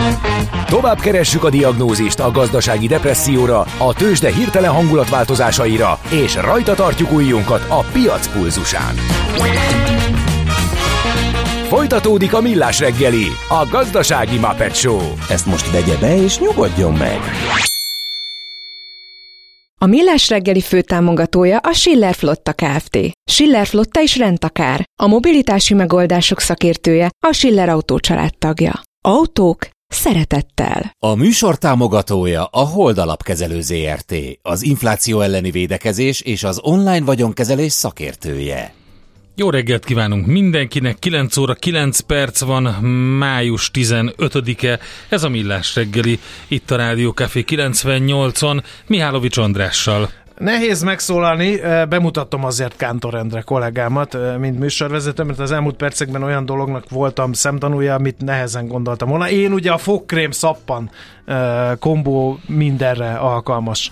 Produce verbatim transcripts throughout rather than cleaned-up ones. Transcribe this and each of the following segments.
Tovább keressük a diagnózist a gazdasági depresszióra, a tőzsde hirtelen hangulatváltozásaira, és rajta tartjuk ujjunkat a piac pulzusán. Folytatódik a Millás reggeli, a gazdasági Muppet Show. Ezt most vegye be és nyugodjon meg! A Millás reggeli főtámogatója a Schiller Flotta Kft. Schiller Flotta is rendtakár. A mobilitási megoldások szakértője, a Schiller Autó család tagja. Autók szeretettel. A műsor támogatója a Hold Alapkezelő zé er té, az infláció elleni védekezés és az online vagyonkezelés szakértője. Jó reggelt kívánunk mindenkinek, kilenc óra kilenc perc van, május tizenötödike, ez a Millás reggeli, itt a Rádió Café kilencvennyolcon, Mihálovics Andrással. Nehéz megszólalni, bemutatom azért Kántor Endre kollégámat, mint műsorvezető, mert az elmúlt percekben olyan dolognak voltam szemtanúja, amit nehezen gondoltam volna. Én ugye a fogkrém szappan kombó mindenre alkalmas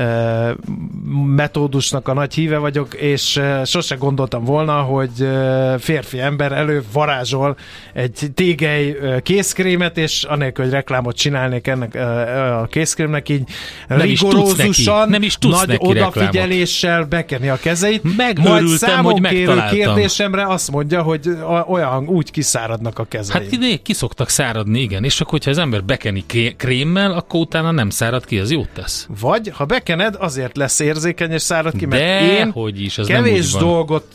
metódusnak a nagy híve vagyok, és sose gondoltam volna, hogy férfi ember elő varázsol egy tégely készkrémet, és anélkül, hogy reklámot csinálnék ennek a készkrémnek, így nem rigorózusan, nem is tudsz nagy neki odafigyeléssel reklámot. Bekeni a kezeit. Megörültem, hogy megtaláltam. Kérdésemre azt mondja, hogy olyan úgy kiszáradnak a kezeim. Hát ide ki szoktak száradni, igen, és akkor, hogyha az ember bekeni krémmel, akkor utána nem szárad ki, az jót tesz. Vagy, ha bekened, azért lesz érzékeny és szárad ki, mert De, én hogy is, az kevés nem úgy van. dolgot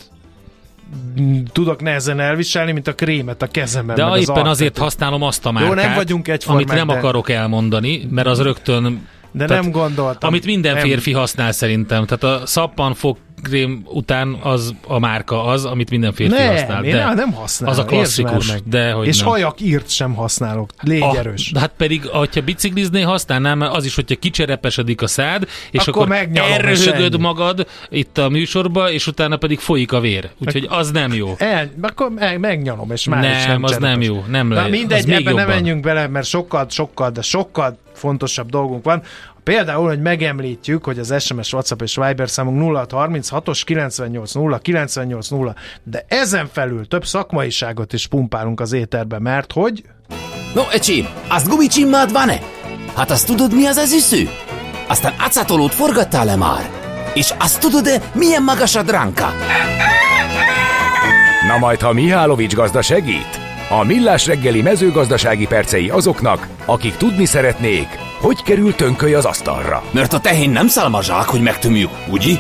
tudok nehezen elviselni, mint a krémet a kezemben. De meg éppen az azért használom azt a márkát, Jó, nem vagyunk egyformák, amit nem de... akarok elmondani, mert az rögtön... De tehát, nem gondoltam. Amit minden nem. férfi használ szerintem. Tehát a szappan fogkrém után az a márka az, amit minden férfi nem, használ. Én de nem használom. az a klasszikus. De, hogy és nem. hajak írt sem használok. Légy Ah, erős. hát pedig, ha bicikliznél, használnám, az is, hogyha kicserepesedik a szád, és akkor, akkor elröhögöd magad itt a műsorba, és utána pedig folyik a vér. Úgyhogy az nem jó. El, akkor megnyalom, és már nem, is nem az cserepes. nem jó. Nem Na le, mindegy, ebben nem menjünk bele, mert sokkal, sokkal, de sokkal fontosabb dolgunk van. Például, hogy megemlítjük, hogy az es em es, WhatsApp és Viber számunk nulla hat harminchat kilencvennyolc nulla kilencvennyolc nulla, de ezen felül több szakmaiságot is pumpálunk az éterbe, mert hogy... No, ecsi, azt gumicsimmád van-e? Hát azt tudod, mi az az üsző? Aztán acatolót forgattál-e már? És azt tudod-e, milyen magas a dránka? Na majd, ha Mihálovics gazda segít? A Millás reggeli mezőgazdasági percei azoknak, akik tudni szeretnék, hogy kerül tönköly az asztalra. Mert a tehén nem szalmazsák, hogy megtömjük, ugye?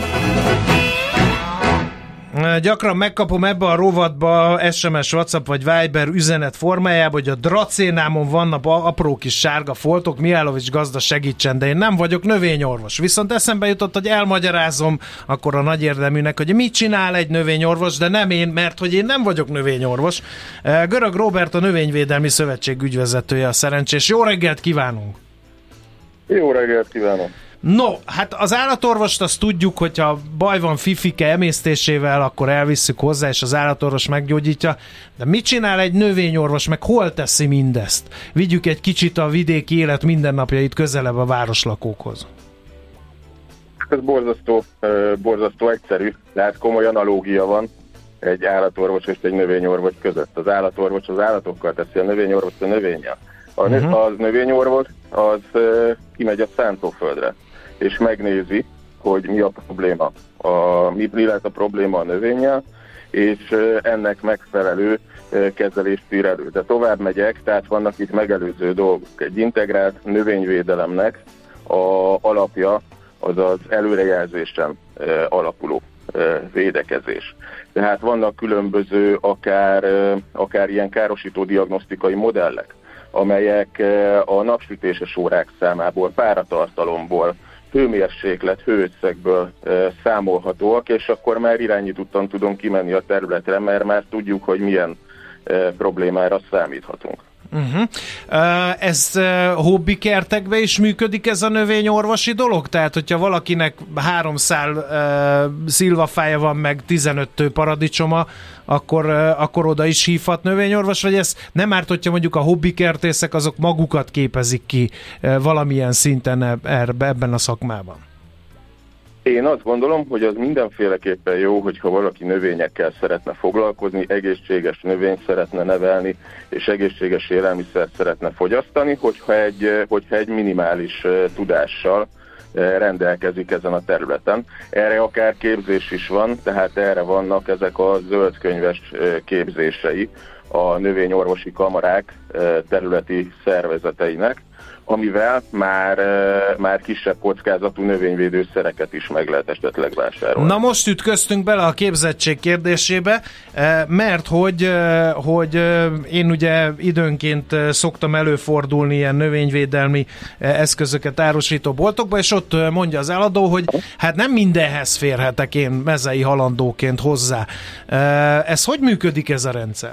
Gyakran megkapom ebbe a rovatba es em es, WhatsApp vagy Viber üzenet formájában, hogy a dracénámon vannak apró kis sárga foltok, Mihálovics gazda segítsen, de én nem vagyok növényorvos. Viszont eszembe jutott, hogy elmagyarázom akkor a nagy érdeműnek, hogy mit csinál egy növényorvos, de nem én, mert hogy én nem vagyok növényorvos. Görög Róbert, a Növényvédelmi Szövetség ügyvezetője a szerencsés. Jó reggelt kívánunk! Jó reggelt kívánok! No, hát az állatorvost azt tudjuk, hogyha baj van fifike emésztésével, akkor elvisszük hozzá, és az állatorvos meggyógyítja. De mit csinál egy növényorvos, meg hol teszi mindezt? Vigyük egy kicsit a vidéki élet mindennapjait közelebb a városlakókhoz. Ez borzasztó, borzasztó egyszerű, tehát komoly analógia van egy állatorvos és egy növényorvos között. Az állatorvos az állatokkal teszi, a növényorvos a növényel. A, uh-huh. a növényorvos az uh, kimegy a szántóföldre, és megnézi, hogy mi a probléma, a, mi, mi lehet a probléma a növényel, és uh, ennek megfelelő uh, kezelést ír elő. De tovább megyek, tehát vannak itt megelőző dolgok. Egy integrált növényvédelemnek a alapja az az előrejelzésen uh, alapuló uh, védekezés. Tehát vannak különböző akár, uh, akár ilyen károsító diagnosztikai modellek, amelyek a napsütéses órák számából, páratartalomból, hőmérséklet, hőösszegből számolhatóak, és akkor már irányítottan tudunk kimenni a területre, mert már tudjuk, hogy milyen problémára számíthatunk. Uh-huh. Uh, ez uh, hobbi kertekben is működik ez a növényorvosi dolog? Tehát, hogyha valakinek három szál uh, szilvafája van, meg tizenöt tő paradicsoma, akkor, uh, akkor oda is hívhat növényorvos, vagy ez nem árt, hogyha mondjuk a hobbi kertészek azok magukat képezik ki uh, valamilyen szinten ebben a szakmában? Én azt gondolom, hogy az mindenféleképpen jó, hogyha valaki növényekkel szeretne foglalkozni, egészséges növényt szeretne nevelni, és egészséges élelmiszert szeretne fogyasztani, hogyha egy, hogyha egy minimális tudással rendelkezik ezen a területen. Erre akár képzés is van, tehát erre vannak ezek a zöldkönyves képzései a növényorvosi kamarák területi szervezeteinek, amivel már, már kisebb kockázatú növényvédőszereket is meg lehet esetleg vásárolni. Na most ütköztünk bele a képzettség kérdésébe, mert hogy, hogy én ugye időnként szoktam előfordulni ilyen növényvédelmi eszközöket árusító boltokba, és ott mondja az eladó, hogy hát nem mindenhez férhetek én mezei halandóként hozzá. Ez hogy működik ez a rendszer?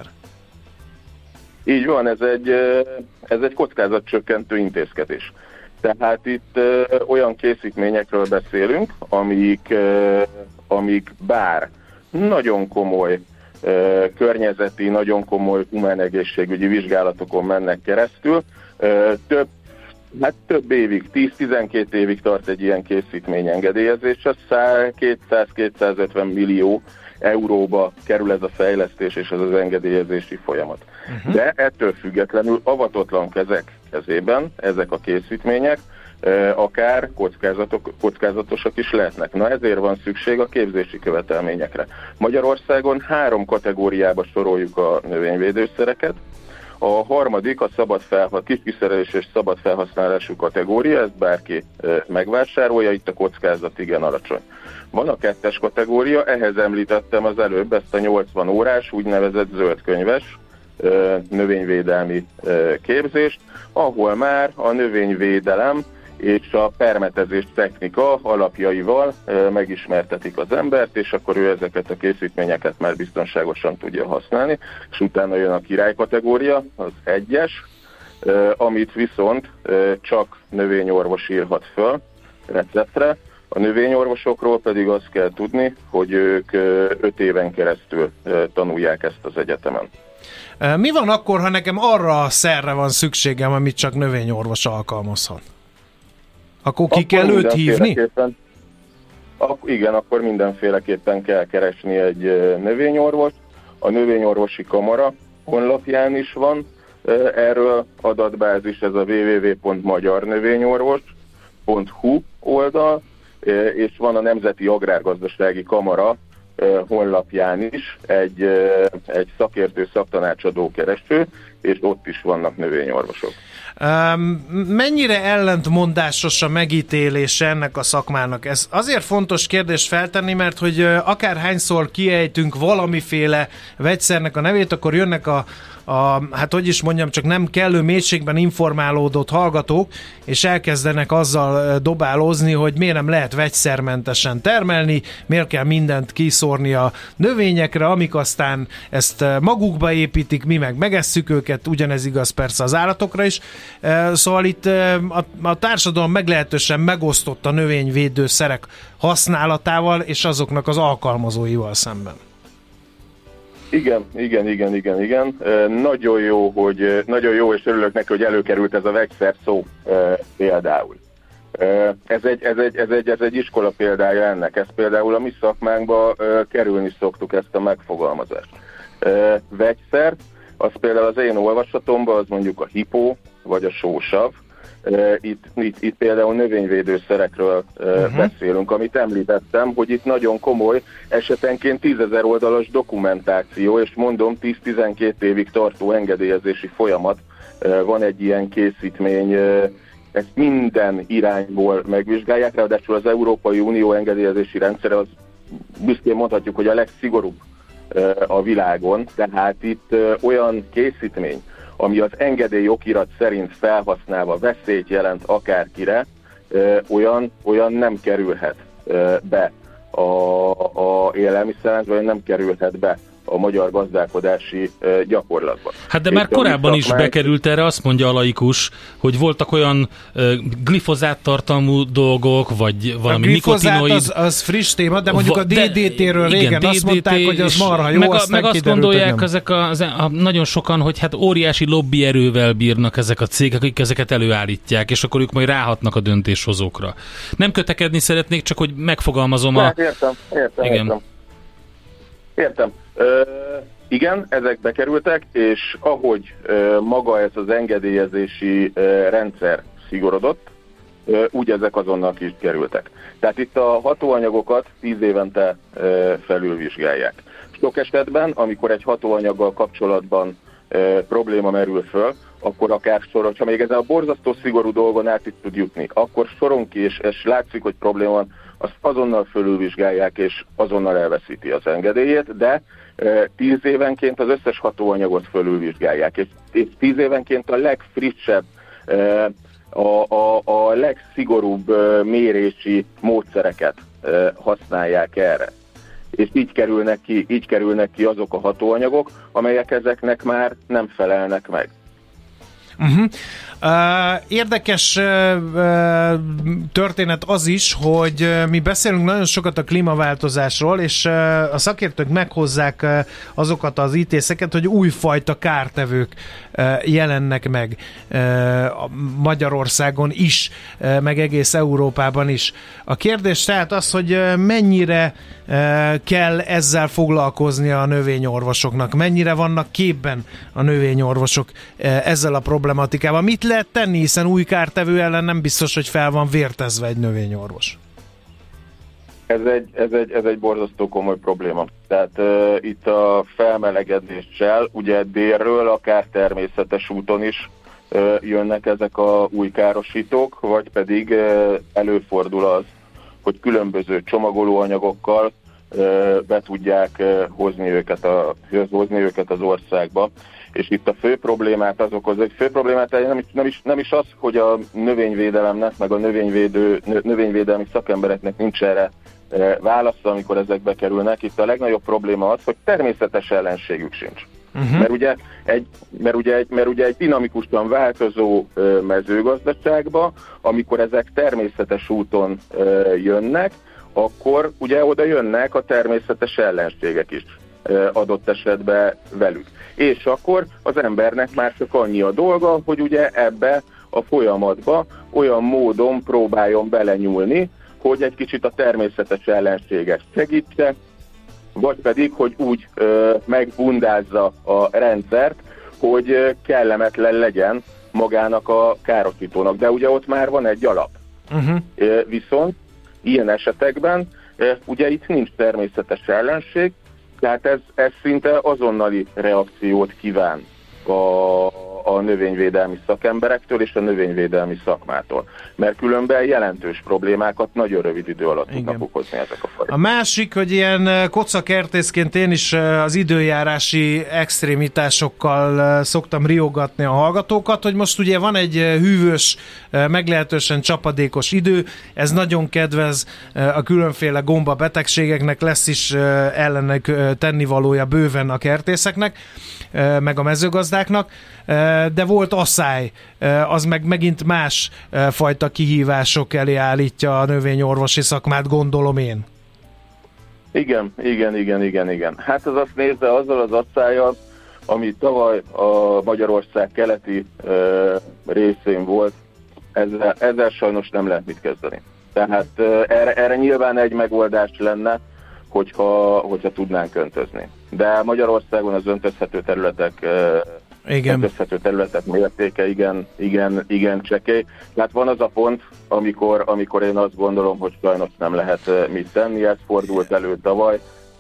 Így van, ez egy, ez egy kockázatcsökkentő intézkedés. Tehát itt olyan készítményekről beszélünk, amik, amik bár nagyon komoly környezeti, nagyon komoly humánegészségügyi vizsgálatokon mennek keresztül, több, hát több évig, tíz-tizenkét évig tart egy ilyen készítmény engedélyezése, kétszáz-kétszázötven millió euróba kerül ez a fejlesztés és ez az engedélyezési folyamat. Uh-huh. De ettől függetlenül avatatlan kezek kezében ezek a készítmények eh, akár kockázatok, kockázatosak is lehetnek. Na ezért van szükség a képzési követelményekre. Magyarországon három kategóriába soroljuk a növényvédőszereket. A harmadik a szabad felha- kiszerelés és szabad felhasználású kategória, ezt bárki eh, megvásárolja, itt a kockázat igen alacsony. Van a kettes kategória, ehhez említettem az előbb ezt a nyolcvan órás úgynevezett zöldkönyves növényvédelmi képzést, ahol már a növényvédelem és a permetezés technika alapjaival megismertetik az embert, és akkor ő ezeket a készítményeket már biztonságosan tudja használni, és utána jön a király kategória, az egyes, amit viszont csak növényorvos írhat föl receptre. A növényorvosokról pedig azt kell tudni, hogy ők öt éven keresztül tanulják ezt az egyetemen. Mi van akkor, ha nekem arra a szerre van szükségem, amit csak növényorvos alkalmazhat? Akkor ki akkor kell őt hívni? Ak- igen, akkor mindenféleképpen kell keresni egy növényorvos. A növényorvosi kamara honlapján is van erről adatbázis, ez a double-u double-u double-u pont magyar növényorvos pont hu oldal, és van a Nemzeti Agrárgazdasági Kamara honlapján is egy, egy szakértő, szaktanácsadó kereső, és ott is vannak növényorvosok. Mennyire ellentmondásos a megítélése ennek a szakmának? Ez azért fontos kérdés feltenni, mert hogy akárhányszor kiejtünk valamiféle vegyszernek a nevét, akkor jönnek a A, hát hogy is mondjam, csak nem kellő mélységben informálódott hallgatók, és elkezdenek azzal dobálózni, hogy miért nem lehet vegyszermentesen termelni, miért kell mindent kiszórni a növényekre, amik aztán ezt magukba építik, mi meg megesszük őket, ugyanez igaz persze az állatokra is. Szóval itt a, a társadalom meglehetősen megosztott a növényvédőszerek használatával és azoknak az alkalmazóival szemben. Igen, igen, igen, igen, igen. E, nagyon jó, hogy nagyon jó, és örülök neki, hogy előkerült ez a vegyszer szó e, például. E, ez, egy, ez, egy, ez, egy, ez egy iskola példája ennek. Ez például a mi szakmánkba e, kerülni szoktuk ezt a megfogalmazást. E, vegyszer, az például az én olvasatomban, az mondjuk a hipó, vagy a sósav. Itt, itt, itt például növényvédőszerekről uh-huh. beszélünk, amit említettem, hogy itt nagyon komoly, esetenként tízezer oldalas dokumentáció, és mondom, tíz-tizenkét évig tartó engedélyezési folyamat van egy ilyen készítmény, ezt minden irányból megvizsgálják, ráadásul az Európai Unió engedélyezési rendszere az büszkén mondhatjuk, hogy a legszigorúbb a világon, tehát itt olyan készítmény, ami az engedély okirat szerint felhasználva veszélyt jelent akárkire, ö, olyan, olyan nem kerülhet ö, be a, a élelmiszerláncba, vagy nem kerülhet be a magyar gazdálkodási gyakorlatba. Hát de már korábban is már... bekerült erre, azt mondja a laikus, hogy voltak olyan uh, glifozát tartalmú dolgok, vagy valami nikotinoid. Az, az friss téma, de mondjuk a dé dé té-ről régen igen, azt mondták, hogy az marha jó, meg, a, aztán meg azt gondolják ezek a, az, a, nagyon sokan, hogy hát óriási lobby erővel bírnak ezek a cégek, akik ezeket előállítják, és akkor ők majd ráhatnak a döntéshozókra. Nem kötekedni szeretnék, csak hogy megfogalmazom a... Hát értem, értem, igen. értem. Értem. Ö, igen, ezek bekerültek, és ahogy ö, maga ez az engedélyezési ö, rendszer szigorodott, ö, úgy ezek azonnal ki is kerültek. Tehát itt a hatóanyagokat tíz évente ö, felülvizsgálják. Sok esetben, amikor egy hatóanyaggal kapcsolatban ö, probléma merül föl, akkor akár soron, ha még ezen a borzasztó szigorú dolgon át is tud jutni, akkor soron ki, és, és látszik, hogy probléma van, azt azonnal fölülvizsgálják, és azonnal elveszíti az engedélyét, de e, tíz évenként az összes hatóanyagot fölülvizsgálják, és, és tíz évenként a legfrissebb, e, a, a, a legszigorúbb e, mérési módszereket e, használják erre. És így kerülnek ki, így kerülnek ki azok a hatóanyagok, amelyek ezeknek már nem felelnek meg. Uh-huh. Uh, érdekes uh, történet az is, hogy uh, mi beszélünk nagyon sokat a klímaváltozásról, és uh, a szakértők meghozzák uh, azokat az ítészeket, hogy újfajta kártevők uh, jelennek meg uh, Magyarországon is, uh, meg egész Európában is. A kérdés tehát az, hogy uh, mennyire uh, kell ezzel foglalkozni a növényorvosoknak, mennyire vannak képben a növényorvosok uh, ezzel a problematikával. Mit lehet tenni, hiszen új kártevő ellen nem biztos, hogy fel van vértezve egy növényorvos. Ez egy, ez egy, ez egy borzasztó komoly probléma. Tehát uh, itt a felmelegedéssel, ugye délről, akár természetes úton is uh, jönnek ezek a új károsítók, vagy pedig uh, előfordul az, hogy különböző csomagolóanyagokkal uh, be tudják uh, hozni őket, a, hozni őket az országba. És itt a fő problémát az okoz, egy fő problémát nem is, nem, is, nem is az, hogy a növényvédelemnek, meg a növényvédő, növényvédelmi szakembereknek nincs erre e, válasza, amikor ezek bekerülnek. Itt a legnagyobb probléma az, hogy természetes ellenségük sincs. Uh-huh. Mert, ugye egy, mert, ugye egy, mert ugye egy dinamikusan változó e, mezőgazdaságba, amikor ezek természetes úton e, jönnek, akkor ugye oda jönnek a természetes ellenségek is e, adott esetben velük. És akkor az embernek már csak annyi a dolga, hogy ugye ebbe a folyamatba olyan módon próbáljon belenyúlni, hogy egy kicsit a természetes ellenséget segítse, vagy pedig, hogy úgy ö, megbundázza a rendszert, hogy ö, kellemetlen legyen magának a károsítónak. De ugye ott már van egy alap. Uh-huh. Ö, viszont ilyen esetekben ö, ugye itt nincs természetes ellenség, tehát ez, ez szinte azonnali reakciót kíván a, a növényvédelmi szakemberektől és a növényvédelmi szakmától. Mert különben jelentős problémákat nagyon rövid idő alatt igen. tudnak okozni ezek a fajok. A másik, hogy ilyen kocakertészként én is az időjárási extrémitásokkal szoktam riogatni a hallgatókat, hogy most ugye van egy hűvös, meglehetősen csapadékos idő, ez nagyon kedvez a különféle gombabetegségeknek, lesz is ellenük tennivalója bőven a kertészeknek, meg a mezőgazdáknak, de volt asszály, az meg megint más fajta kihívások elé állítja a növényorvosi szakmát, gondolom én. Igen, igen, igen, igen, igen. Hát az azt nézve azzal az asszállyal, ami tavaly a Magyarország keleti részén volt, ezzel, ezzel sajnos nem lehet mit kezdeni. Tehát erre, erre nyilván egy megoldás lenne, hogyha, hogyha tudnánk öntözni. De Magyarországon az öntözhető területek, igen. öntözhető területek mértéke igen, igen, igen csekély. Tehát van az a pont, amikor, amikor én azt gondolom, hogy sajnos nem lehet mit tenni, ez fordult elő tavaly.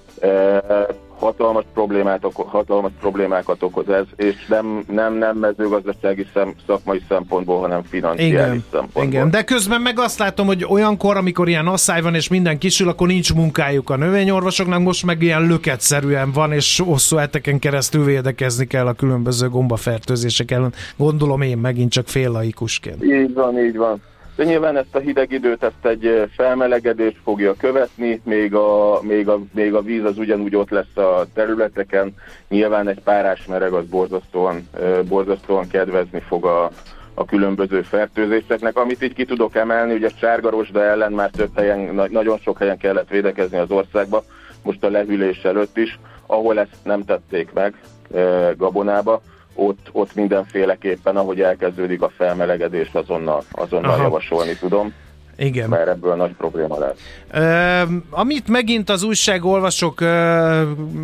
Hatalmas, problémát, hatalmas problémákat okoz ez, és nem, nem, nem mezőgazdasági szem, szakmai szempontból, hanem financiális igen, szempontból. Igen, de közben meg azt látom, hogy olyankor, amikor ilyen asszály van, és minden kisül, akkor nincs munkájuk a növényorvosoknak, most meg ilyen löketszerűen van, és hosszú heteken keresztül védekezni kell a különböző gombafertőzések ellen. Gondolom én megint csak fél laikusként. Így van, így van. De nyilván ezt a hideg időt, ezt egy felmelegedés fogja követni, még a, még, a, még a víz az ugyanúgy ott lesz a területeken. Nyilván egy párás mereg az borzasztóan, borzasztóan kedvezni fog a, a különböző fertőzéseknek. Amit így ki tudok emelni, ugye sárgarosda ellen már több helyen, nagyon sok helyen kellett védekezni az országba, most a lehűlés előtt is, ahol ezt nem tették meg Gabonába, ott, ott mindenféleképpen, ahogy elkezdődik a felmelegedés, azonnal, azonnal javasolni tudom. Igen. Mert ebből nagy probléma lesz. Uh, amit megint az újságolvasók uh,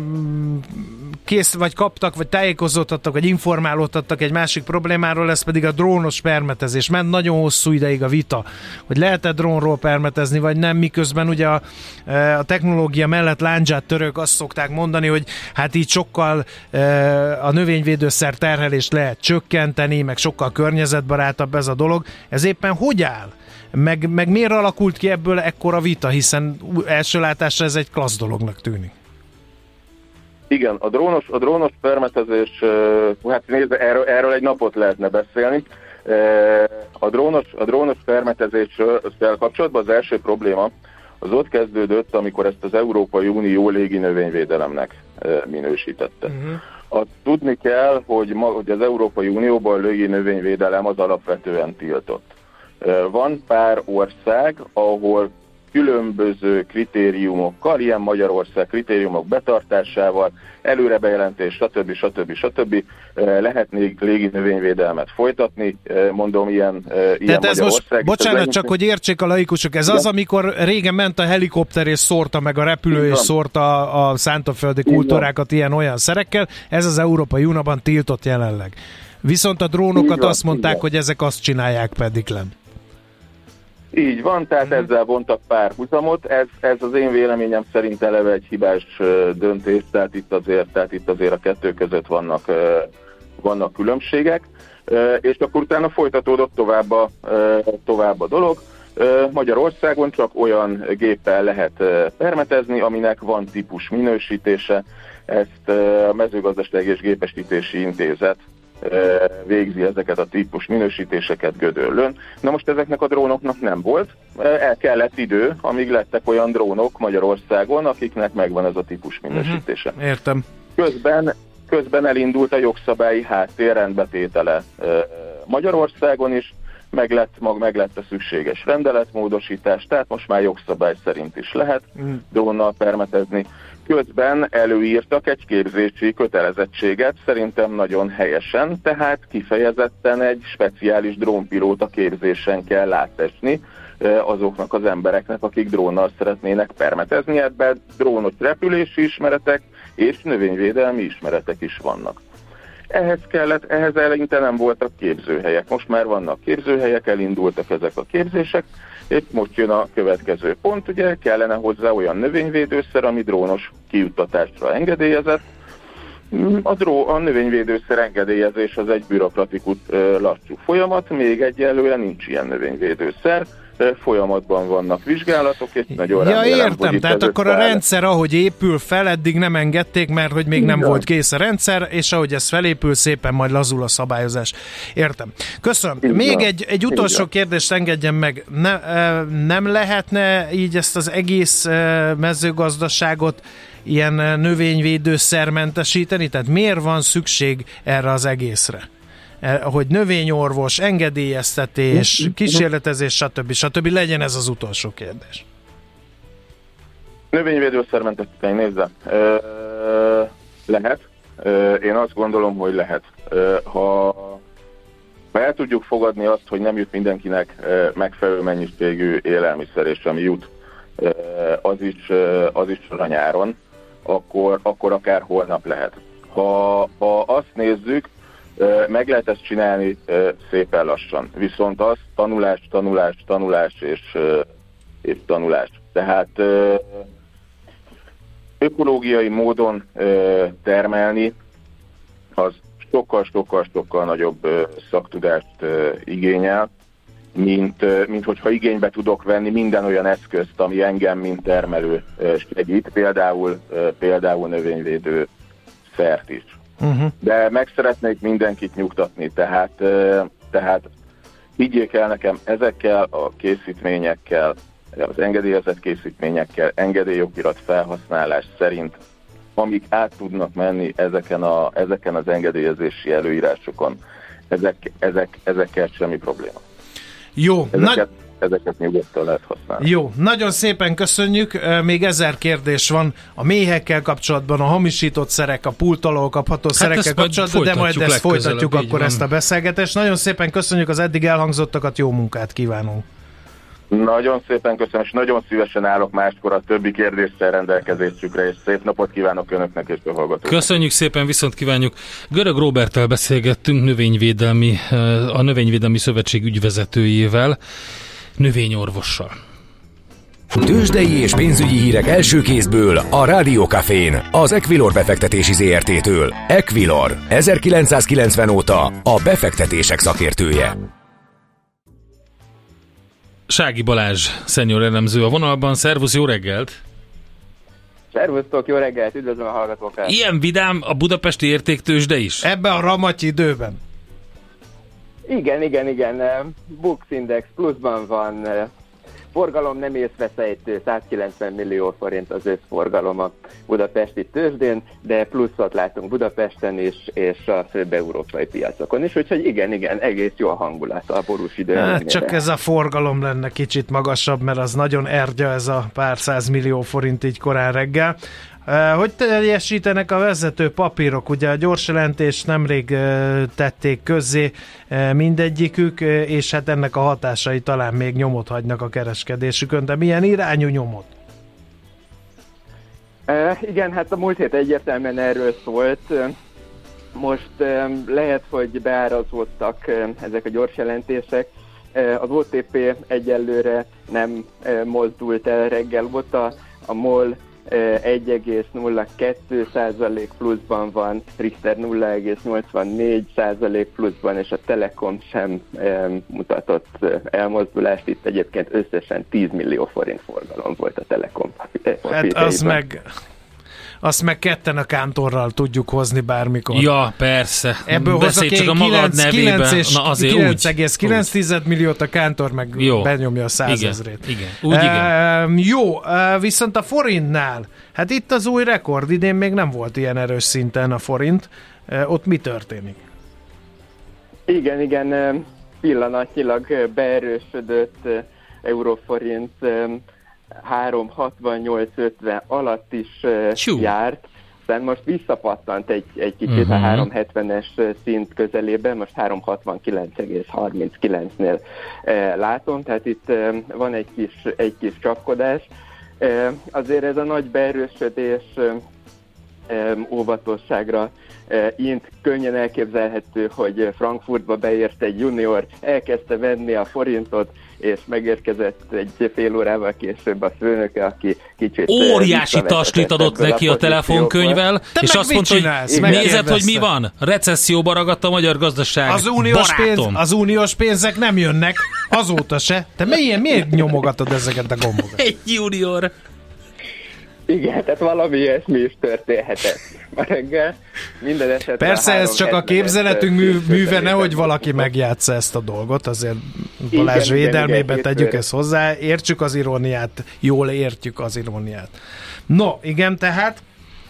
kész, vagy kaptak, vagy tájékozódtattak, vagy informálódtattak egy másik problémáról, ez pedig a drónos permetezés. Ment nagyon hosszú ideig a vita, hogy lehet-e drónról permetezni, vagy nem, miközben ugye a, a technológia mellett lándzsát törők azt szokták mondani, hogy hát így sokkal uh, a növényvédőszer terhelést lehet csökkenteni, meg sokkal környezetbarátabb ez a dolog. Ez éppen hogy áll? Meg, meg miért alakult ki ebből ekkora vita, hiszen első látásra ez egy klassz dolognak tűnik. Igen, a drónos, a drónos permetezés, hát nézd, erről, erről egy napot lehetne beszélni. A drónos, a drónos permetezéssel kapcsolatban az első probléma az ott kezdődött, amikor ezt az Európai Unió légi növényvédelemnek minősítette. Uh-huh. Azt tudni kell, hogy, ma, hogy az Európai Unióban a légi növényvédelem az alapvetően tiltott. Van pár ország, ahol különböző kritériumokkal, ilyen Magyarország kritériumok betartásával, előrebejelentés, stb. stb. stb. Lehet légi növényvédelmet folytatni, mondom, ilyen, ilyen Tehát ez most, bocsánat, csak hogy értsék a laikusok, ez igen. Az, amikor régen ment a helikopter és szórta meg a repülő igen. és szórta a szántóföldi kultúrákat ilyen-olyan szerekkel, ez az Európai Unióban tiltott jelenleg. Viszont a drónokat igen, azt mondták, igen. hogy ezek azt csinálják pedig len. Így van, tehát uh-huh. ezzel vontak párhuzamot, ez, ez az én véleményem szerint eleve egy hibás döntés, tehát itt azért, tehát itt azért a kettő között vannak, vannak különbségek, és akkor utána folytatódott tovább a, tovább a dolog. Magyarországon csak olyan géppel lehet permetezni, aminek van típus minősítése, ezt a Mezőgazdasági és Gépesítési Intézet végzi ezeket a típus minősítéseket Gödöllőn. Na most ezeknek a drónoknak nem volt. El kellett idő, amíg lettek olyan drónok Magyarországon, akiknek megvan ez a típus minősítése. Uh-huh. Értem. Közben, közben elindult a jogszabályi háttér rendbetétele Magyarországon is, meg lett, mag, meg lett a szükséges rendeletmódosítás, tehát most már jogszabály szerint is lehet uh-huh. drónnal permetezni. Közben előírtak egy képzési kötelezettséget, szerintem nagyon helyesen, tehát kifejezetten egy speciális drónpilóta képzésen kell átesni azoknak az embereknek, akik drónnal szeretnének permetezni. Ebben drónos repülési ismeretek és növényvédelmi ismeretek is vannak. Ehhez kellett, ehhez eleinte nem voltak képzőhelyek. Most már vannak képzőhelyek, elindultak ezek a képzések, és most jön a következő pont, ugye kellene hozzá olyan növényvédőszer, ami drónos kijuttatásra engedélyezett. A, dró, a növényvédőszer engedélyezés az egy bürokratikus lassú folyamat, még egyelőre nincs ilyen növényvédőszer, folyamatban vannak vizsgálatok, és nagyon ja, remélem, értem, tehát akkor a rendszer, ahogy épül fel, eddig nem engedték, mert hogy még nem igen. volt kész a rendszer, és ahogy ez felépül, szépen majd lazul a szabályozás. Értem. Köszönöm. Igen. Még egy, egy utolsó igen. kérdést engedjen meg. Ne, nem lehetne így ezt az egész mezőgazdaságot ilyen növényvédőszermentesíteni? Tehát miért van szükség erre az egészre? Hogy növényorvos, engedélyeztetés, kísérletezés, stb. stb. Legyen ez az utolsó kérdés. Növényvédőszermentesíteni, nézze. Ö, lehet. Ö, én azt gondolom, hogy lehet. Ö, ha, ha el tudjuk fogadni azt, hogy nem jut mindenkinek megfelelő mennyiségű élelmiszer, és ami jut, az is, az is a nyáron, akkor, akkor akár holnap lehet. Ha, ha azt nézzük, meg lehet ezt csinálni szépen lassan. Viszont az tanulás, tanulás, tanulás és, és tanulás. Tehát ökológiai módon termelni az sokkal-sokkal-sokkal nagyobb szaktudást igényel, mint, mint hogyha igénybe tudok venni minden olyan eszközt, ami engem, mint termelő segít, például, például növényvédő szert is. Uh-huh. De meg szeretnék mindenkit nyugtatni, tehát, tehát Higgyék el nekem, ezekkel a készítményekkel, az engedélyezett készítményekkel, engedélyokirat felhasználás szerint, amik át tudnak menni ezeken, a, ezeken az engedélyezési előírásokon, ezek, ezek, ezekkel semmi probléma. Jó, ezeket, nagy... ezeket nyugodtan lehet használni. Jó, nagyon szépen köszönjük, még ezer kérdés van a méhekkel kapcsolatban, a hamisított szerek, a pult alól kapható hát szerekkel kapcsolatban, de majd ezt folytatjuk akkor van. Ezt a beszélgetést. Nagyon szépen köszönjük az eddig elhangzottakat, jó munkát kívánunk! Nagyon szépen köszönöm, és nagyon szívesen állok máskor a többi kérdéssel rendelkezésükre, és szép napot kívánok önöknek és a hallgatóknak. Köszönjük szépen, viszont kívánjuk. Görög Róberttel beszélgettünk, növényvédelmi, a Növényvédelmi Szövetség ügyvezetőjével, növényorvossal. Tőzsdei és pénzügyi hírek első kézből a Rádió Cafén, az Equilor befektetési zé er té-től. Equilor, ezerkilencszázkilencven óta a befektetések szakértője. Sági Balázs szenior elemző a vonalban. Szervusz, jó reggelt! Szervusztok, jó reggelt, üdvözlöm a hallgatókat! Ilyen vidám a budapesti értéktőzsde is? Ebbe a ramatyi időben. Igen, igen, igen. Bux Index pluszban van, forgalom nem észveszejtő, százkilencven millió forint az összforgalom a budapesti tőzsdén, de pluszot látunk Budapesten is, és a főbb európai piacokon is, úgyhogy igen, igen, egész jó a hangulat a borús idő. Hát csak ez a forgalom lenne kicsit magasabb, mert az nagyon ergya ez a pár száz millió forint így korán reggel. Hogy teljesítenek a vezető papírok? Ugye a gyorsjelentést nemrég tették közzé mindegyikük, és hát ennek a hatásai talán még nyomot hagynak a kereskedésükön, de milyen irányú nyomot? E, igen, hát a múlt hét egyértelműen erről szólt. Most lehet, hogy beárazódtak ezek a gyorsjelentések. Az o té pé egyelőre nem mozdult el reggel óta, a MOL egy egész nulla kettő százalék pluszban van, Richter nulla egész nyolcvannégy százalék pluszban, és a Telekom sem e, mutatott elmozdulást. Itt egyébként összesen tíz millió forint forgalom volt a Telekom. Hát az meg, azt meg ketten a Kántorral tudjuk hozni bármikor. Ja, persze. Ebből beszélj csak a magad nevében. Na azért kilenc egész kilenc milliót, a Kántor meg jó. Benyomja a százezrét. Igen, igen. Úgy igen. Uh, jó, uh, viszont a forintnál, hát itt az új rekord, idén még nem volt ilyen erős szinten a forint. Uh, ott mi történik? Igen, igen, pillanatnyilag beerősödött euróforint, három hatvannyolc ötven alatt is uh, járt, aztán most visszapattant egy, egy kicsit uh-huh. a három hetvenes szint közelében, most három hatvankilenc egész harminckilencnél uh, látom, tehát itt uh, van egy kis, egy kis csapkodás. Uh, azért ez a nagy beerősödés uh, um, óvatosságra uh, int, könnyen elképzelhető, hogy Frankfurtba beért egy junior, elkezdte venni a forintot, és megérkezett egy fél órával később a főnöke, aki kicsit... Óriási taslit adott neki a, a telefonkönyvvel, te és azt mondta, hogy nézed, hogy mi van? Recesszióba ragadt a magyar gazdaság. Az uniós, pénz, az uniós pénzek nem jönnek, azóta se. Te milyen, miért nyomogatod ezeket a gombokat? Egy junior. Igen, tehát valami ilyesmi is történhetett ma reggel. Minden esetre persze ez csak a képzeletünk mű, műve, nehogy valaki megjátsza ezt a dolgot, azért Balázs igen, védelmébe igen, tegyük ezt hozzá, értsük az iróniát, jól értjük az iróniát. No, igen, tehát?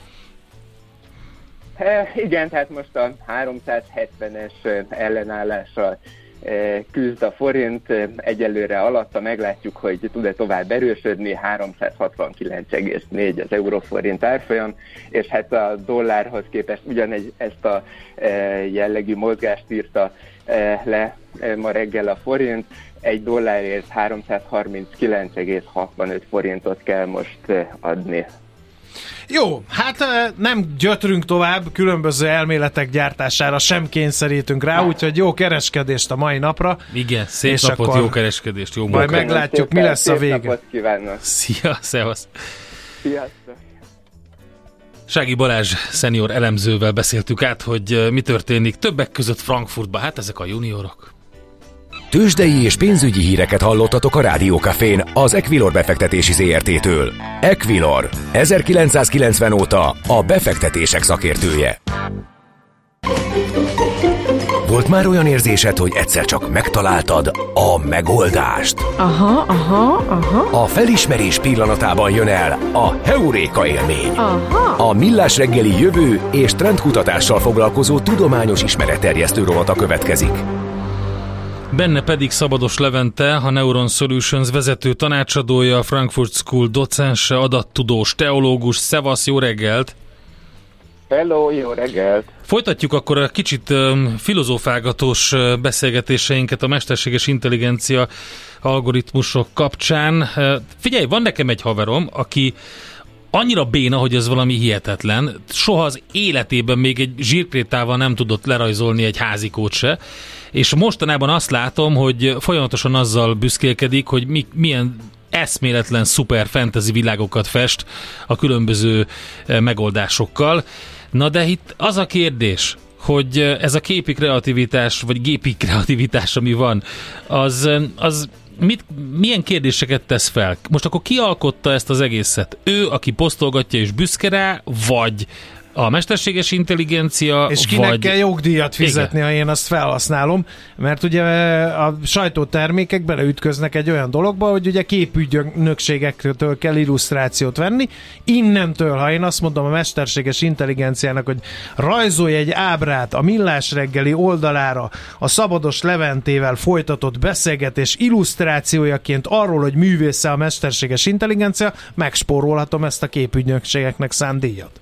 E, igen, tehát most a háromszázhetvenes ellenállással küzd a forint, egyelőre alatta, meglátjuk, hogy tud-e tovább erősödni, háromszázhatvankilenc egész négy az euróforint árfolyam, és hát a dollárhoz képest ugyanegy ezt a jellegű mozgást írta le ma reggel a forint, egy dollárért háromszázharminckilenc egész hatvanöt forintot kell most adni. Jó, hát nem gyötrünk tovább, különböző elméletek gyártására sem kényszerítünk rá, úgyhogy jó kereskedést a mai napra. Igen, szép és napot, jó kereskedést, jó munkát. Majd meglátjuk, szépen, mi lesz a vége. Napot kívánok. Szia, szevasz. Sziasztok. Sági Balázs szenior elemzővel beszéltük át, hogy mi történik többek között Frankfurtban. Hát ezek a juniorok. Tőzsdei és pénzügyi híreket hallottatok a Rádió Cafén az Equilor befektetési zé er té-től. Equilor, ezerkilencszázkilencven óta a befektetések szakértője. Volt már olyan érzésed, hogy egyszer csak megtaláltad a megoldást? Aha, aha, aha. A felismerés pillanatában jön el a heuréka élmény. Aha. A Millás reggeli jövő és trendkutatással foglalkozó tudományos ismeretterjesztő rovata következik. Benne pedig Szabados Levente, a Neuron Solutions vezető tanácsadója, a Frankfurt School docense, adattudós, teológus. Szevasz, jó reggelt! Hello, jó reggelt! Folytatjuk akkor a kicsit um, filozófálgatós uh, beszélgetéseinket a mesterséges intelligencia algoritmusok kapcsán. Uh, figyelj, van nekem egy haverom, aki annyira béna, hogy ez valami hihetetlen. Soha az életében még egy zsírkrétával nem tudott lerajzolni egy házikót se. És mostanában azt látom, hogy folyamatosan azzal büszkélkedik, hogy mi, milyen eszméletlen szuper fantasy világokat fest a különböző megoldásokkal. Na de itt az a kérdés, hogy ez a képi kreativitás, vagy gépi kreativitás, ami van, az, az mit, milyen kérdéseket tesz fel? Most akkor ki alkotta ezt az egészet? Ő, aki posztolgatja és büszke rá, vagy a mesterséges intelligencia, és kinek vagy... kell jogdíjat fizetni, igen, ha én azt felhasználom, mert ugye a sajtótermékek beleütköznek egy olyan dologba, hogy ugye képügynökségektől kell illusztrációt venni. Innentől, ha én azt mondom a mesterséges intelligenciának, hogy rajzolj egy ábrát a Millás reggeli oldalára a Szabados Leventével folytatott beszélgetés illusztrációjaként arról, hogy művésze a mesterséges intelligencia, megspórolhatom ezt a képügynökségeknek szánt díjat.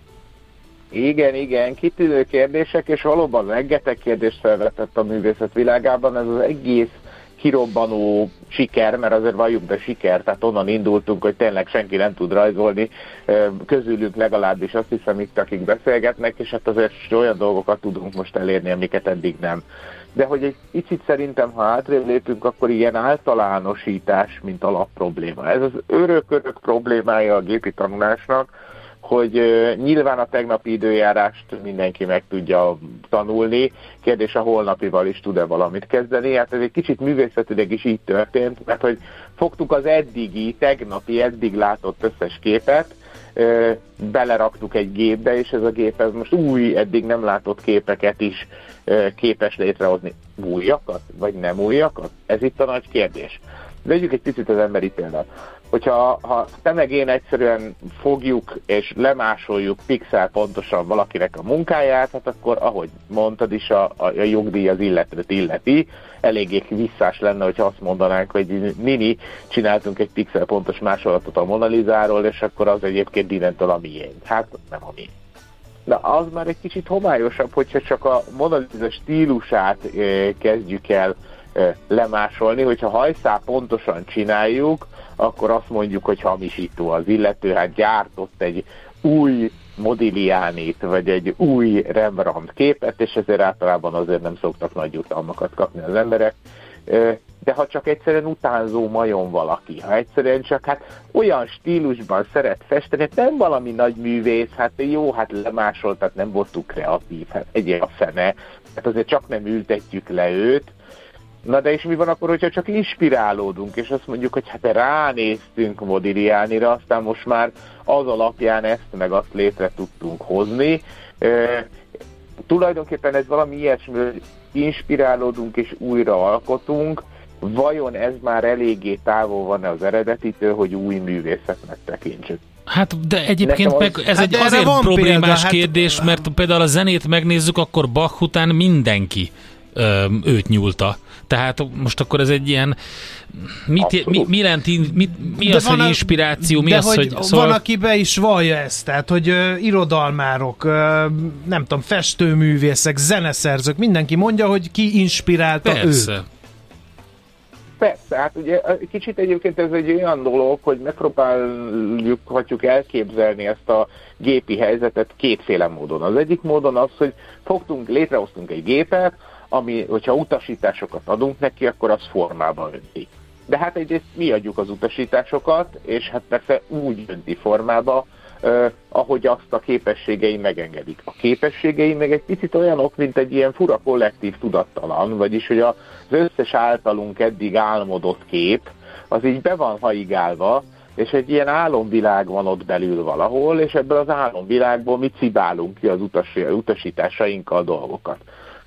Igen, igen, kitűnő kérdések, és valóban rengeteg kérdést felvetett a művészet világában. Ez az egész kirobbanó siker, mert azért valljuk be siker, tehát onnan indultunk, hogy tényleg senki nem tud rajzolni, közülünk legalábbis azt hiszem itt, akik beszélgetnek, és hát azért olyan dolgokat tudunk most elérni, amiket eddig nem. De hogy egy picit szerintem, ha átrébb lépünk, akkor ilyen általánosítás, mint alapprobléma. Ez az örök-örök problémája a gépi tanulásnak, hogy uh, nyilván a tegnapi időjárást mindenki meg tudja tanulni, kérdés a holnapival is tud-e valamit kezdeni. Hát ez egy kicsit művészetileg is így történt, mert hogy fogtuk az eddigi, tegnapi, eddig látott összes képet, uh, beleraktuk egy gépbe, és ez a gép ez most új, eddig nem látott képeket is uh, képes létrehozni. Újakat, vagy nem újakat? Ez itt a nagy kérdés. Vegyük egy picit az emberi példát. Hogyha ha te meg én egyszerűen fogjuk és lemásoljuk pixel pontosan valakinek a munkáját, hát akkor, ahogy mondtad is, a, a, a jogdíj az illetőt illeti. Eléggé visszás lenne, hogyha azt mondanánk, hogy Nini, csináltunk egy pixel pontos másolatot a Mona Lisáról, és akkor az egyébként innentől a miénk. Hát nem a miénk. De az már egy kicsit homályosabb, hogyha csak a Mona Lisa stílusát eh, kezdjük el eh, lemásolni, hogyha hajszál pontosan csináljuk, akkor azt mondjuk, hogy hamisító az illető, hát gyártott egy új Modiglianit, vagy egy új Rembrandt képet, és ezért általában azért nem szoktak nagy jutalmakat kapni az emberek. De ha csak egyszerűen utánzó majom valaki, ha egyszerűen csak hát olyan stílusban szeret festeni, nem valami nagy művész, hát jó, hát lemásolt, tehát nem voltunk kreatív, hát egyéb a fene, hát azért csak nem ültetjük le őt. Na de és mi van akkor, hogyha csak inspirálódunk, és azt mondjuk, hogy hát ránéztünk Modiglianira, aztán most már az alapján ezt meg azt létre tudtunk hozni. E, tulajdonképpen ez valami ilyesmi, hogy inspirálódunk és újra alkotunk, vajon ez már eléggé távol van az eredetitől, hogy új művészetnek tekintsük? Hát, de egyébként az... meg ez hát egy azért problémás példa, kérdés, hát... mert például a zenét megnézzük, akkor Bach után mindenki ö, őt nyúlta. Tehát most akkor ez egy ilyen mit, mi, mi, lenti, mi, mi az, hogy inspiráció, mi de az, hogy, hogy szóval... van, aki be is vallja ezt, tehát, hogy ö, irodalmárok, ö, nem tudom, festőművészek, zeneszerzők, mindenki mondja, hogy ki inspirálta Persze. őt. Persze, hát ugye kicsit egyébként ez egy olyan dolog, hogy megpróbáljuk, hagyjuk elképzelni ezt a gépi helyzetet kétféle módon. Az egyik módon az, hogy fogtunk, létrehoztunk egy gépet, ami, hogyha utasításokat adunk neki, akkor az formában önti. De hát egyrészt mi adjuk az utasításokat, és hát persze úgy önti formába, eh, ahogy azt a képességei megengedik. A képességei meg egy picit olyanok, mint egy ilyen fura kollektív tudattalan, vagyis hogy az összes általunk eddig álmodott kép, az így be van haigálva, és egy ilyen álomvilág van ott belül valahol, és ebből az álomvilágból mi cibálunk ki az utas, utasításainkkal dolgokat.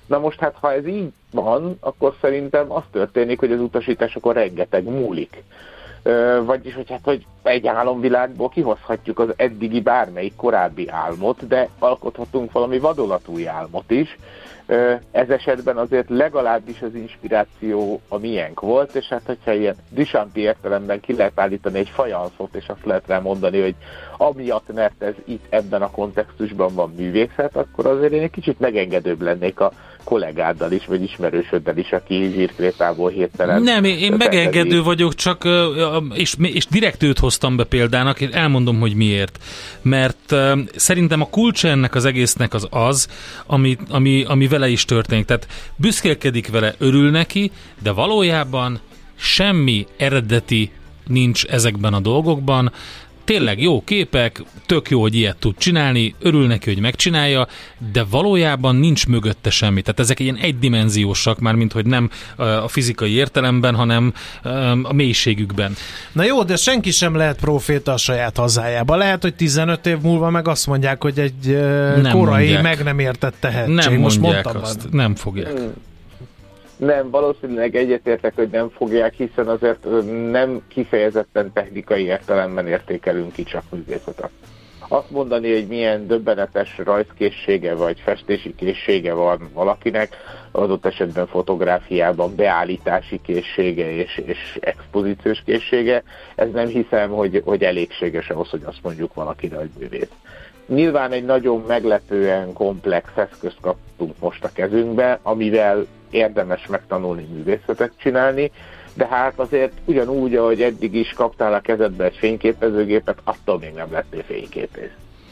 Na most hát, ha ez így van, akkor szerintem az történik, hogy az utasításokon rengeteg múlik. Ö, vagyis, hogy hát, hogy egy álomvilágból kihozhatjuk az eddigi bármelyik korábbi álmot, de alkothatunk valami vadonatúj álmot is. Ö, ez esetben azért legalábbis az inspiráció a miénk volt, és hát, hogyha ilyen Duchampi értelemben ki lehet állítani egy fajanszot, és azt lehet rá mondani, hogy amiatt, mert ez itt ebben a kontextusban van művészet, akkor azért én egy kicsit megengedőbb lennék a kollégáddal is, vagy ismerősöddel is, aki zsírkrétából hirtelen... Nem, én, én megengedő vagyok, csak és, és direkt őt hoztam be példának, és elmondom, hogy miért. Mert uh, szerintem a kulcsa ennek az egésznek az az, ami, ami, ami vele is történik. Tehát büszkélkedik vele, örül neki, de valójában semmi eredeti nincs ezekben a dolgokban. Tényleg jó képek, tök jó, hogy ilyet tud csinálni, örül neki, hogy megcsinálja, de valójában nincs mögötte semmi. Tehát ezek ilyen egydimenziósak, mármint hogy nem a fizikai értelemben, hanem a mélységükben. Na jó, de senki sem lehet proféta a saját hazájában. Lehet, hogy tizenöt év múlva meg azt mondják, hogy egy nem korai, mondják. Meg nem értett tehetség. Nem Most mondják azt, van. Nem fogják. Hmm. Nem, valószínűleg egyetértek, hogy nem fogják, hiszen azért nem kifejezetten technikai értelemben értékelünk ki csak művészetet. Azt mondani, hogy milyen döbbenetes rajzkészsége vagy festési készsége van valakinek, adott esetben fotográfiában beállítási készsége és, és expozíciós készsége, ez nem hiszem, hogy, hogy elégséges ahhoz, hogy azt mondjuk valakire, hogy művész. Nyilván egy nagyon meglepően komplex eszközt kaptunk most a kezünkbe, amivel érdemes megtanulni művészetet csinálni, de hát azért ugyanúgy, ahogy eddig is kaptál a kezedbe egy fényképezőgépet, attól még nem lettél fényképész.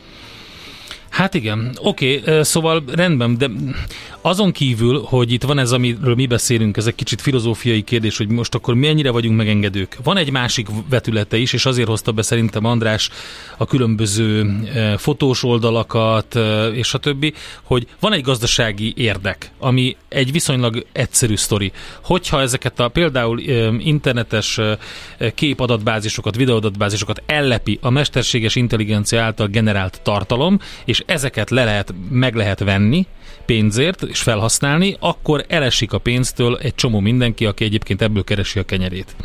Hát igen, oké, okay, szóval rendben, de azon kívül, hogy itt van ez, amiről mi beszélünk, ez egy kicsit filozófiai kérdés, hogy most akkor mennyire vagyunk megengedők. Van egy másik vetülete is, és azért hozta be szerintem András a különböző fotós oldalakat, és a többi, hogy van egy gazdasági érdek, ami egy viszonylag egyszerű sztori. Hogyha ezeket a például internetes képadatbázisokat, videóadatbázisokat ellepi a mesterséges intelligencia által generált tartalom, és ezeket le lehet, meg lehet venni pénzért, és felhasználni, akkor elesik a pénztől egy csomó mindenki, aki egyébként ebből keresi a kenyerét.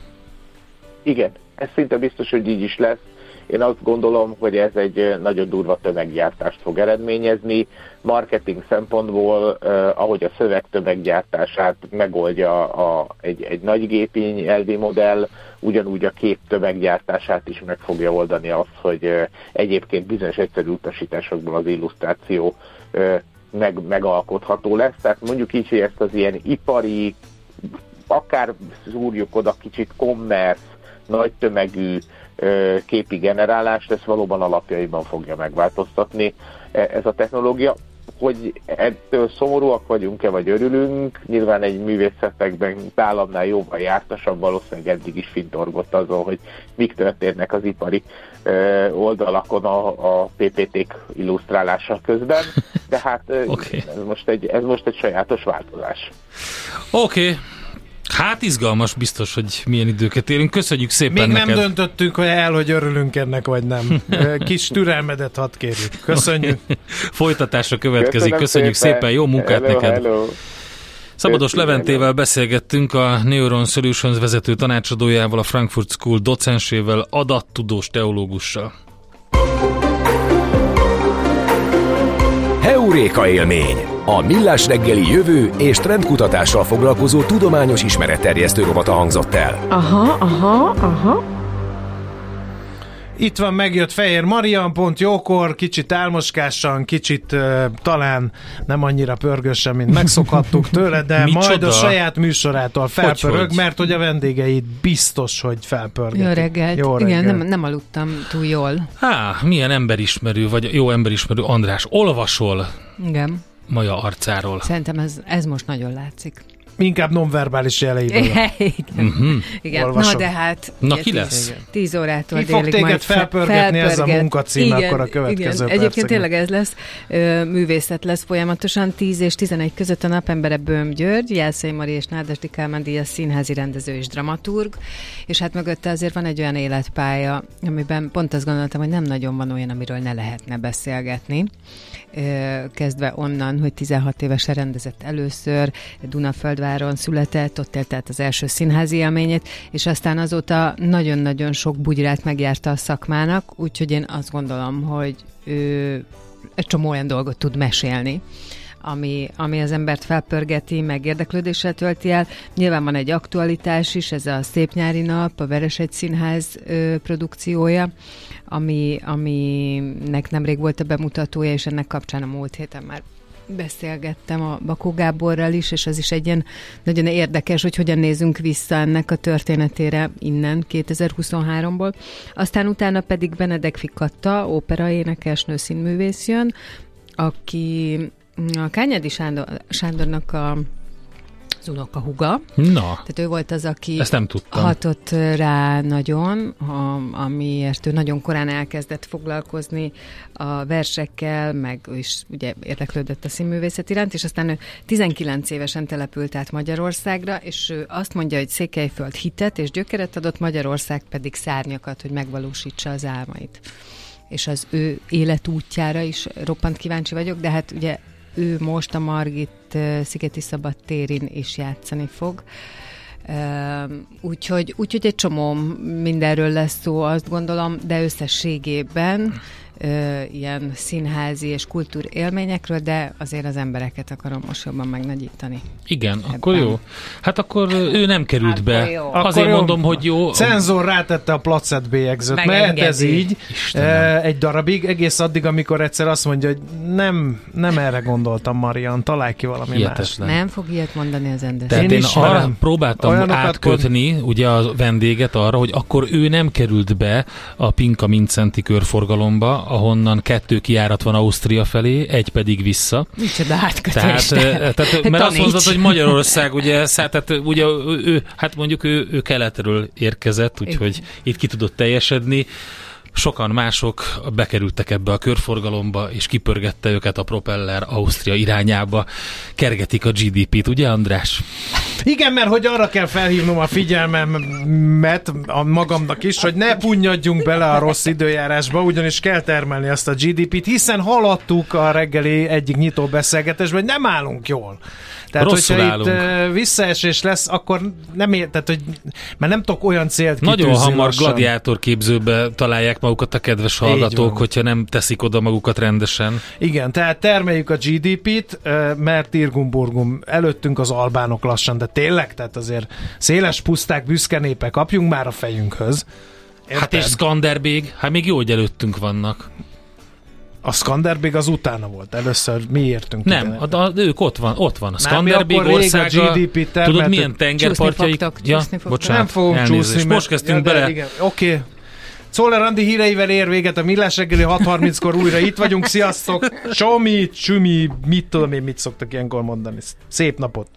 Igen, ez szinte biztos, hogy így is lesz. Én azt gondolom, hogy ez egy nagyon durva tömeggyártást fog eredményezni. Marketing szempontból, eh, ahogy a szöveg tömeggyártását megoldja a, egy, egy nagygépény elvi modell, ugyanúgy a kép tömeggyártását is meg fogja oldani azt, hogy eh, egyébként bizonyos egyszerű utasításokból az illusztráció eh, meg, megalkotható lesz. Tehát mondjuk így, hogy ezt az ilyen ipari, akár szúrjuk oda kicsit commerce, nagy tömegű képi generálást, ezt valóban alapjaiban fogja megváltoztatni ez a technológia. Hogy ettől szomorúak vagyunk-e, vagy örülünk, nyilván egy művészetekben államnál jóval jártasabb, valószínűleg eddig is fintorgott azon, hogy mik történnek az ipari oldalakon a, a pé pé té-k illusztrálása közben, de hát okay. ez, most egy, ez most egy sajátos változás. Oké. Okay. Hát izgalmas, biztos, hogy milyen időket élünk. Köszönjük szépen Még neked. nem döntöttünk hogy el, hogy örülünk ennek, vagy nem. Kis türelmedet hadd kérjük. Köszönjük. Folytatásra következik. Köszönöm Köszönjük szépen. szépen. Jó munkát hello, neked. Hello. Szabados Köszönöm. Leventével beszélgettünk, a Neuron Solutions vezető tanácsadójával, a Frankfurt School docensével, adattudós teológussal. Heuréka élmény! A Millás reggeli jövő és trendkutatással foglalkozó tudományos ismeretterjesztő rovata hangzott el. Aha, aha, aha. Itt van, megjött Fehér Marian, pont jókor, kicsit álmoskásan, kicsit uh, talán nem annyira pörgősen, mint megszokhattuk tőle, de majd a saját műsorától felpörög, hogy, hogy? Mert hogy a vendégeit biztos, hogy felpörgetik. Jó reggelt. Jó reggelt. Igen, nem, nem aludtam túl jól. Há, milyen emberismerő, vagy jó emberismerő András. Olvasol? Igen. Maja arcáról. Szerintem ez, ez most nagyon látszik. Inkább nonverbális jeleiből. Igen. Uh-huh. Igen. Na de hát... Na ki lesz? tíz órától ki délig fog téged felpörgetni, ez a munkacím, akkor a következő igen. Egyébként tényleg ez lesz. Művészet lesz folyamatosan. tíz és tizenegy között a napembere Böhm György, Jászai Mari és Nádasdy Kálmán díjas színházi rendező és dramaturg, és hát mögötte azért van egy olyan életpálya, amiben pont azt gondoltam, hogy nem nagyon van olyan, amiről ne lehetne beszélgetni. Kezdve onnan, hogy tizenhat évesen rendezett először, Dunaföldváron született, ott élt át az első színházi élményét, és aztán azóta nagyon-nagyon sok bugyrát megjárta a szakmának, úgyhogy én azt gondolom, hogy ő egy csomó olyan dolgot tud mesélni, ami, ami az embert felpörgeti, meg érdeklődéssel tölti el. Nyilván van egy aktualitás is, ez a Szép nyári nap, a Veresegy Színház ö, produkciója, ami, aminek nemrég volt a bemutatója, és ennek kapcsán a múlt héten már beszélgettem a Bakó Gáborral is, és az is egy ilyen nagyon érdekes, hogy hogyan nézünk vissza ennek a történetére innen kétezer-huszonháromból. Aztán utána pedig Benedek Katta, óperaénekesnő, színművész jön, aki a Kányádi Sándor, Sándornak a az unokahuga. Na. Tehát ő volt az, aki ezt nem tudtam. hatott rá nagyon, a, amiért ő nagyon korán elkezdett foglalkozni a versekkel, meg ő is ugye érdeklődött a színművészet iránt, és aztán ő tizenkilenc évesen települt át Magyarországra, és ő azt mondja, hogy Székelyföld hitet és gyökeret adott, Magyarország pedig szárnyakat, hogy megvalósítsa az álmait. És az ő életútjára is roppant kíváncsi vagyok, de hát ugye ő most a Margit Szigeti Szabadtérin is játszani fog. Úgyhogy, úgyhogy egy csomó mindenről lesz szó, azt gondolom, de összességében ilyen színházi és kultúrélményekről, de azért az embereket akarom most jobban megnagyítani. Igen, ebben. Akkor jó. Hát akkor ő nem került hát be. Jó. Azért akkor mondom, hogy jó. Cenzor rátette a placet bélyegzőt, mert ez így Istenem. Egy darabig, egész addig, amikor egyszer azt mondja, hogy nem, nem erre gondoltam, Marian, találj ki valami Hihetetlen. más. Nem fog ilyet mondani az Endres. Tehát én, én arra próbáltam Olyanokat átkötni kon... ugye a vendéget arra, hogy akkor ő nem került be a Pinka-Mincenti körforgalomba, ahonnan kettő kijárat van Ausztria felé, egy pedig vissza. Micsoda átkötés. Tehát, tehát, mert azt mondod, hogy Magyarország, ugye, tehát, ugye ő, hát mondjuk ő, ő keletről érkezett, úgyhogy itt ki tudott teljesedni. Sokan mások bekerültek ebbe a körforgalomba, és kipörgette őket a propeller Ausztria irányába. Kergetik a gé dé pét, ugye András? Igen, mert hogy arra kell felhívnom a figyelmemet a magamnak is, hogy ne punnyadjunk bele a rossz időjárásba, ugyanis kell termelni azt a gé dé pét, hiszen haladtuk a reggeli egyik nyitó beszélgetésben, hogy nem állunk jól. Tehát, rosszul hogyha állunk. Itt visszaesés lesz, akkor nem ér, tehát, hogy mert nem tudok olyan célt kitűzni. Nagyon hamar lassan. Gladiátor képzőbe találják magukat a kedves hallgatók, hogyha nem teszik oda magukat rendesen. Igen, tehát termeljük a gé dé pét, mert Irgum-Burgum előttünk az albánok lassan, de tényleg, tehát azért széles puszták, büszke népek, kapjunk már a fejünkhöz. Érted? Hát és Skanderbég, hát még jó, hogy előttünk vannak. A Skanderbég az utána volt. Először mi értünk. Nem, a, a, ők ott van, ott van. A Skanderbég országa, tudod milyen tengerpartjaik? Ja, bocsánat, nem fogunk csúszni. Most kezdtünk ja, bele. Oké. Okay. Czoller Andi híreivel ér véget a Millás reggeli hat harminckor újra itt vagyunk. Sziasztok! Csomi, csümi, mit tudom én, mit szoktak ilyenkor mondani. Szép napot!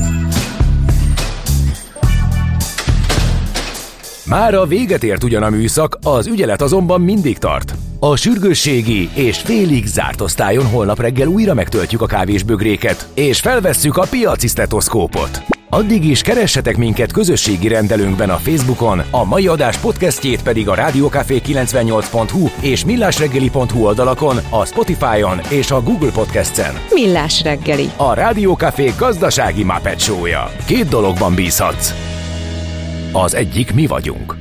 Mára véget ért ugyan a műszak, az ügyelet azonban mindig tart. A sürgősségi és félig zárt osztályon holnap reggel újra megtöltjük a kávésbögréket, és felvesszük a piaci sztetoszkópot. Addig is keressetek minket közösségi rendelőnkben a Facebookon, a mai adás podcastjét pedig a rádiókafé kilencvennyolc pont hu és millásreggeli pont hu oldalakon, a Spotify-on és a Google Podcast-en. Millás reggeli. A Rádiókafé gazdasági Muppet show-ja. Két dologban bízhatsz. Az egyik mi vagyunk.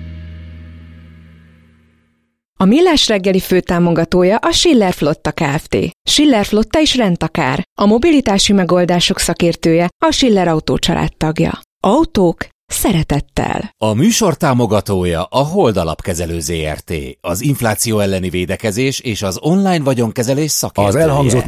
A Millás reggeli főtámogatója a Schiller Flotta Kft. Schiller Flotta is rendtakár. A mobilitási megoldások szakértője, a Schiller Autó családtagja. Autók szeretettel. A műsor támogatója a Hold Alapkezelő zé er té, az infláció elleni védekezés és az online vagyonkezelés szakértője. Az elhangzott